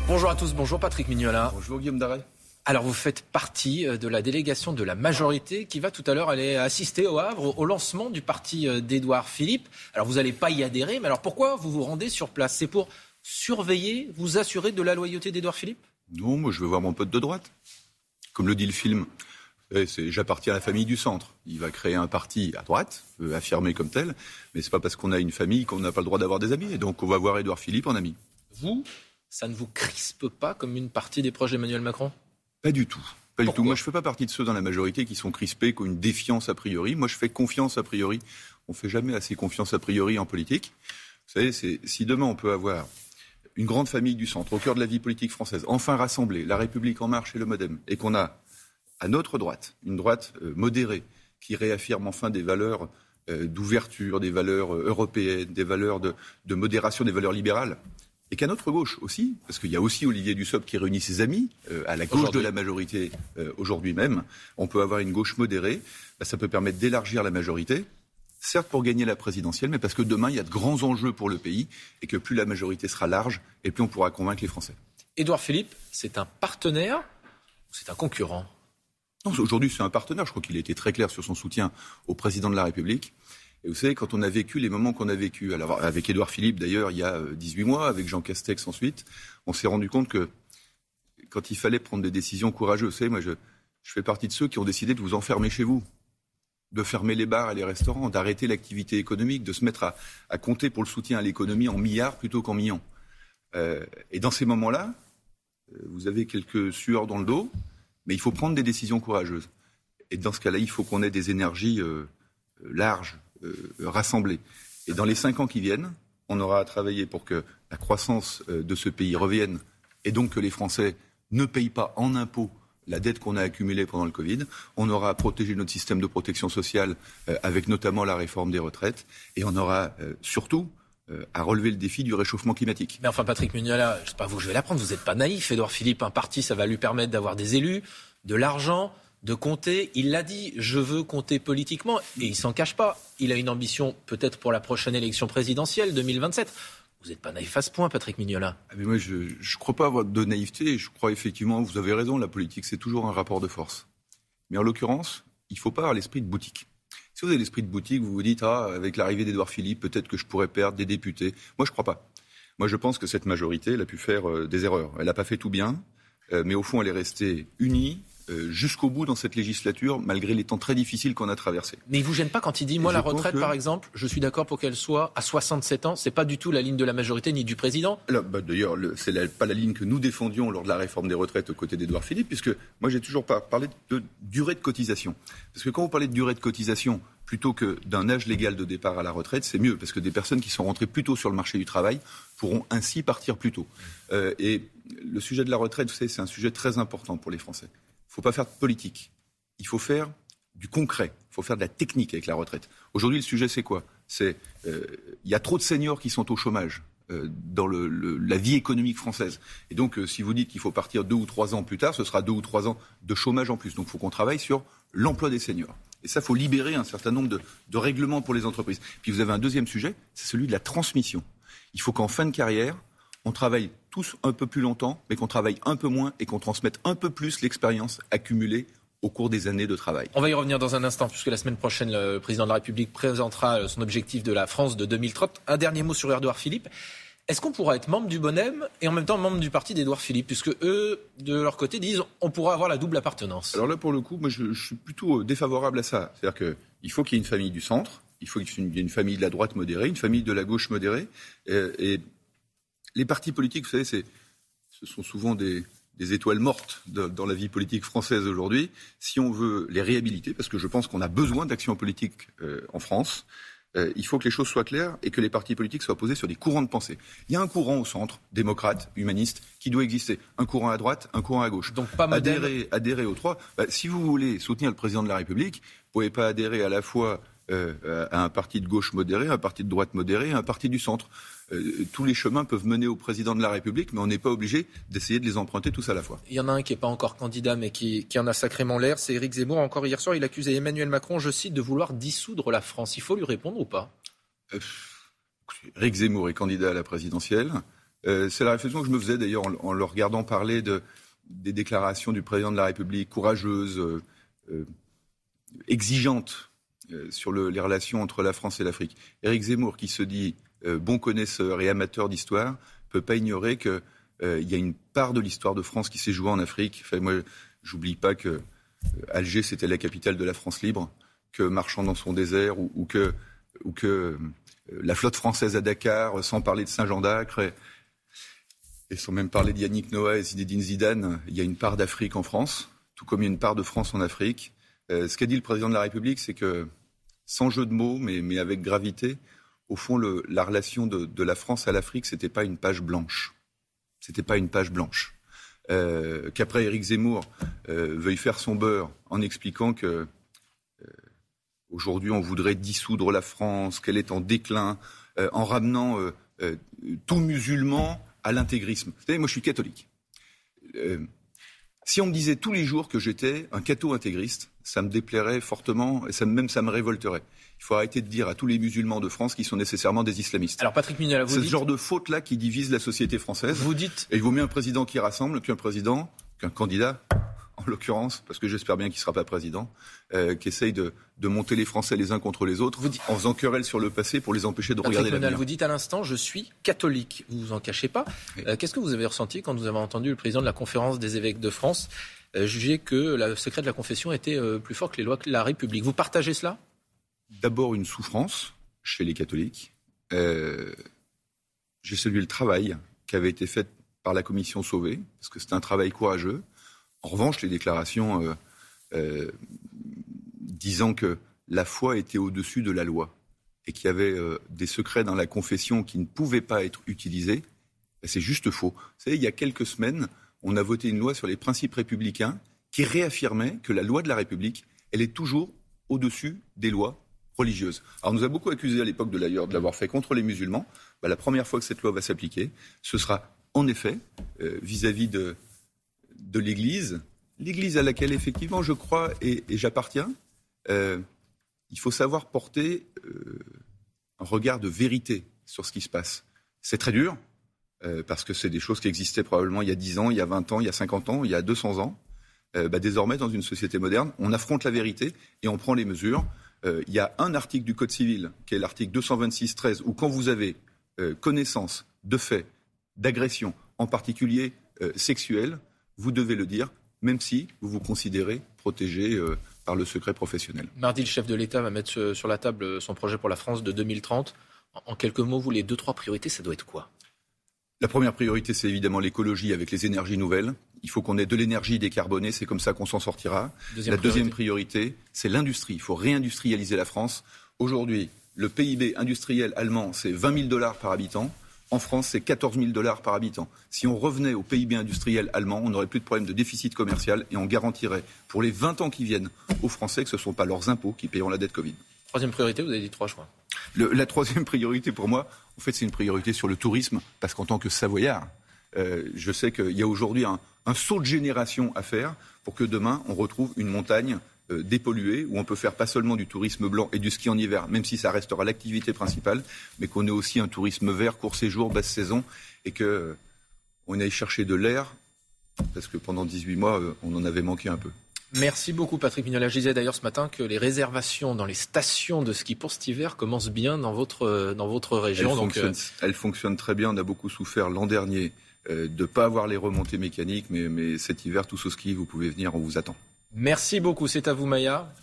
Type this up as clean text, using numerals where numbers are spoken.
Bonjour à tous, bonjour Patrick Mignola. Bonjour Guillaume Daray. Alors vous faites partie de la délégation de la majorité qui va tout à l'heure aller assister au Havre au lancement du parti d'Édouard Philippe. Alors vous n'allez pas y adhérer, mais alors pourquoi vous vous rendez sur place ? C'est pour surveiller, vous assurer de la loyauté d'Édouard Philippe ? Non, moi je veux voir mon pote de droite. Comme le dit le film, j'appartiens à la famille du centre. Il va créer un parti à droite, affirmé comme tel, mais c'est pas parce qu'on a une famille qu'on n'a pas le droit d'avoir des amis. Et donc on va voir Édouard Philippe en ami. Vous, ça ne vous crispe pas comme une partie des proches d'Emmanuel Macron ? Pas du tout. Pas du tout. Moi, je ne fais pas partie de ceux dans la majorité qui sont crispés, qui ont une défiance a priori. Moi, je fais confiance a priori. On ne fait jamais assez confiance a priori en politique. Vous savez, si demain on peut avoir une grande famille du centre, au cœur de la vie politique française, enfin rassemblée, La République En Marche et le MoDem, et qu'on a à notre droite, une droite modérée, qui réaffirme enfin des valeurs d'ouverture, des valeurs européennes, des valeurs de modération, des valeurs libérales, et qu'à notre gauche aussi, parce qu'il y a aussi Olivier Dussopt qui réunit ses amis à la gauche de la majorité aujourd'hui même, on peut avoir une gauche modérée, ça peut permettre d'élargir la majorité, certes pour gagner la présidentielle, mais parce que demain il y a de grands enjeux pour le pays et que plus la majorité sera large et plus on pourra convaincre les Français. Édouard Philippe, c'est un partenaire ou c'est un concurrent ? Non, aujourd'hui c'est un partenaire, je crois qu'il a été très clair sur son soutien au président de la République. Et vous savez, quand on a vécu les moments qu'on a vécus, alors avec Édouard Philippe d'ailleurs il y a 18 mois, avec Jean Castex ensuite, on s'est rendu compte que quand il fallait prendre des décisions courageuses, vous savez, moi je fais partie de ceux qui ont décidé de vous enfermer chez vous, de fermer les bars et les restaurants, d'arrêter l'activité économique, de se mettre à compter pour le soutien à l'économie en milliards plutôt qu'en millions. Et dans ces moments-là, vous avez quelques sueurs dans le dos, mais il faut prendre des décisions courageuses. Et dans ce cas-là, il faut qu'on ait des énergies larges, rassemblés. Et dans les 5 ans qui viennent, on aura à travailler pour que la croissance de ce pays revienne et donc que les Français ne payent pas en impôts la dette qu'on a accumulée pendant le Covid. On aura à protéger notre système de protection sociale avec notamment la réforme des retraites et on aura surtout à relever le défi du réchauffement climatique. Mais enfin Patrick Mignola, je sais pas vous, je vais l'apprendre, vous n'êtes pas naïf. Édouard Philippe, un parti, ça va lui permettre d'avoir des élus, de l'argent, de compter. Il l'a dit, je veux compter politiquement, et il s'en cache pas. Il a une ambition peut-être pour la prochaine élection présidentielle 2027. Vous n'êtes pas naïf à ce point, Patrick Mignola. Mais moi, je ne crois pas avoir de naïveté. Je crois effectivement, vous avez raison, la politique, c'est toujours un rapport de force. Mais en l'occurrence, il ne faut pas avoir l'esprit de boutique. Si vous avez l'esprit de boutique, vous vous dites, avec l'arrivée d'Édouard Philippe, peut-être que je pourrais perdre des députés. Moi, je ne crois pas. Moi, je pense que cette majorité, elle a pu faire des erreurs. Elle n'a pas fait tout bien, mais au fond, elle est restée unie jusqu'au bout dans cette législature, malgré les temps très difficiles qu'on a traversés. Mais il ne vous gêne pas quand il dit, moi, la retraite, par exemple, je suis d'accord pour qu'elle soit à 67 ans. Ce n'est pas du tout la ligne de la majorité ni du président. Alors, d'ailleurs, ce n'est pas la ligne que nous défendions lors de la réforme des retraites aux côtés d'Édouard Philippe, puisque moi, j'ai toujours parlé de durée de cotisation. Parce que quand vous parlez de durée de cotisation, plutôt que d'un âge légal de départ à la retraite, c'est mieux, parce que des personnes qui sont rentrées plus tôt sur le marché du travail pourront ainsi partir plus tôt. Et le sujet de la retraite, vous savez, c'est un sujet très important pour les Français. Il ne faut pas faire de politique, il faut faire du concret, il faut faire de la technique avec la retraite. Aujourd'hui, le sujet, c'est quoi ? Il y a trop de seniors qui sont au chômage dans la vie économique française. Et donc, si vous dites qu'il faut partir 2 ou 3 ans plus tard, ce sera 2 ou 3 ans de chômage en plus. Donc, il faut qu'on travaille sur l'emploi des seniors. Et ça, il faut libérer un certain nombre de règlements pour les entreprises. Puis vous avez un deuxième sujet, c'est celui de la transmission. Il faut qu'en fin de carrière, on travaille tous un peu plus longtemps, mais qu'on travaille un peu moins et qu'on transmette un peu plus l'expérience accumulée au cours des années de travail. On va y revenir dans un instant, puisque la semaine prochaine, le président de la République présentera son objectif de la France de 2030. Un dernier mot sur Édouard Philippe. Est-ce qu'on pourra être membre du Bonhomme et en même temps membre du parti d'Édouard Philippe ? Puisque eux, de leur côté, disent on pourra avoir la double appartenance. Alors là, pour le coup, moi, je suis plutôt défavorable à ça. C'est-à-dire qu'il faut qu'il y ait une famille du centre, il faut qu'il y ait une famille de la droite modérée, une famille de la gauche modérée. Et les partis politiques, vous savez, ce sont souvent des étoiles mortes dans la vie politique française aujourd'hui. Si on veut les réhabiliter, parce que je pense qu'on a besoin d'action politique en France, il faut que les choses soient claires et que les partis politiques soient posés sur des courants de pensée. Il y a un courant au centre, démocrate, humaniste, qui doit exister. Un courant à droite, un courant à gauche. Donc pas adhérer aux trois. Si vous voulez soutenir le président de la République, vous ne pouvez pas adhérer à la fois à un parti de gauche modéré, un parti de droite modéré, un parti du centre. Tous les chemins peuvent mener au président de la République, mais on n'est pas obligé d'essayer de les emprunter tous à la fois. Il y en a un qui n'est pas encore candidat, mais qui en a sacrément l'air, c'est Éric Zemmour. Encore hier soir, il accusait Emmanuel Macron, je cite, de vouloir dissoudre la France. Il faut lui répondre ou pas ? Éric Zemmour est candidat à la présidentielle. C'est la réflexion que je me faisais d'ailleurs en le regardant parler des déclarations du président de la République, courageuses, exigeantes sur les relations entre la France et l'Afrique. Éric Zemmour, qui se dit bon connaisseur et amateur d'histoire, ne peut pas ignorer qu'il y a une part de l'histoire de France qui s'est jouée en Afrique. Enfin, moi, j'oublie pas que Alger, c'était la capitale de la France libre, que Marchand dans son désert, ou que la flotte française à Dakar, sans parler de Saint-Jean d'Acre, et sans même parler de Yannick Noah et Zinedine Zidane, il y a une part d'Afrique en France, tout comme il y a une part de France en Afrique. Ce qu'a dit le président de la République, c'est que, sans jeu de mots, mais avec gravité, au fond, la relation de la France à l'Afrique, c'était pas une page blanche. C'était pas une page blanche. Qu'après Éric Zemmour veuille faire son beurre en expliquant que aujourd'hui on voudrait dissoudre la France, qu'elle est en déclin, en ramenant tout musulman à l'intégrisme. Vous savez, moi je suis catholique. Si on me disait tous les jours que j'étais un catho-intégriste, ça me déplairait fortement et ça me révolterait. Il faut arrêter de dire à tous les musulmans de France qu'ils sont nécessairement des islamistes. Alors Patrick Mignola, vous c'est dites... ce genre de faute-là qui divise la société française. Vous dites... Et il vaut mieux un président qui rassemble qu'un candidat, en l'occurrence, parce que j'espère bien qu'il ne sera pas président, qui essaye de monter les Français les uns contre les autres, en faisant querelle sur le passé pour les empêcher de regarder l'avenir. Vous dites à l'instant, je suis catholique. Vous vous en cachez pas. Oui. Qu'est-ce que vous avez ressenti quand vous avez entendu le président de la Conférence des évêques de France juger que le secret de la confession était plus fort que les lois de la République? Vous partagez cela? D'abord une souffrance chez les catholiques. J'ai salué le travail qui avait été fait par la commission Sauvé, parce que c'est un travail courageux. En revanche, les déclarations disant que la foi était au-dessus de la loi et qu'il y avait des secrets dans la confession qui ne pouvaient pas être utilisés, c'est juste faux. Vous savez, il y a quelques semaines, on a voté une loi sur les principes républicains qui réaffirmait que la loi de la République, elle est toujours au-dessus des lois religieuses. Alors on nous a beaucoup accusé à l'époque de l'avoir fait contre les musulmans. La première fois que cette loi va s'appliquer, ce sera en effet vis-à-vis de l'Église à laquelle effectivement je crois et j'appartiens. Il faut savoir porter un regard de vérité sur ce qui se passe. C'est très dur, parce que c'est des choses qui existaient probablement il y a 10 ans, il y a 20 ans, il y a 50 ans, il y a 200 ans. Désormais, dans une société moderne, on affronte la vérité et on prend les mesures. Il y a un article du Code civil, qui est l'article 226-13, où quand vous avez connaissance de faits, d'agressions, en particulier sexuelles, vous devez le dire, même si vous vous considérez protégé par le secret professionnel. Mardi, le chef de l'État va mettre sur la table son projet pour la France de 2030. En quelques mots, vous, les 2-3 priorités, ça doit être quoi? La première priorité, c'est évidemment l'écologie avec les énergies nouvelles. Il faut qu'on ait de l'énergie décarbonée, c'est comme ça qu'on s'en sortira. Deuxième priorité, c'est l'industrie. Il faut réindustrialiser la France. Aujourd'hui, le PIB industriel allemand, c'est $20 000 par habitant. En France, c'est $14 000 par habitant. Si on revenait au PIB industriel allemand, on n'aurait plus de problème de déficit commercial et on garantirait pour les 20 ans qui viennent aux Français que ce ne sont pas leurs impôts qui paieront la dette Covid. Troisième priorité, vous avez dit 3 choix. La troisième priorité pour moi, en fait, c'est une priorité sur le tourisme, parce qu'en tant que Savoyard, je sais qu'il y a aujourd'hui un saut de génération à faire pour que demain, on retrouve une montagne dépolluée, où on peut faire pas seulement du tourisme blanc et du ski en hiver, même si ça restera l'activité principale, mais qu'on ait aussi un tourisme vert, court séjour, basse saison, et qu'on aille chercher de l'air, parce que pendant 18 mois, on en avait manqué un peu. Merci beaucoup Patrick Mignola. Je disais d'ailleurs ce matin que les réservations dans les stations de ski pour cet hiver commencent bien dans votre région. Elles fonctionnent très bien. On a beaucoup souffert l'an dernier de ne pas avoir les remontées mécaniques, mais cet hiver, tous au ski, vous pouvez venir, on vous attend. Merci beaucoup. C'est à vous Maya.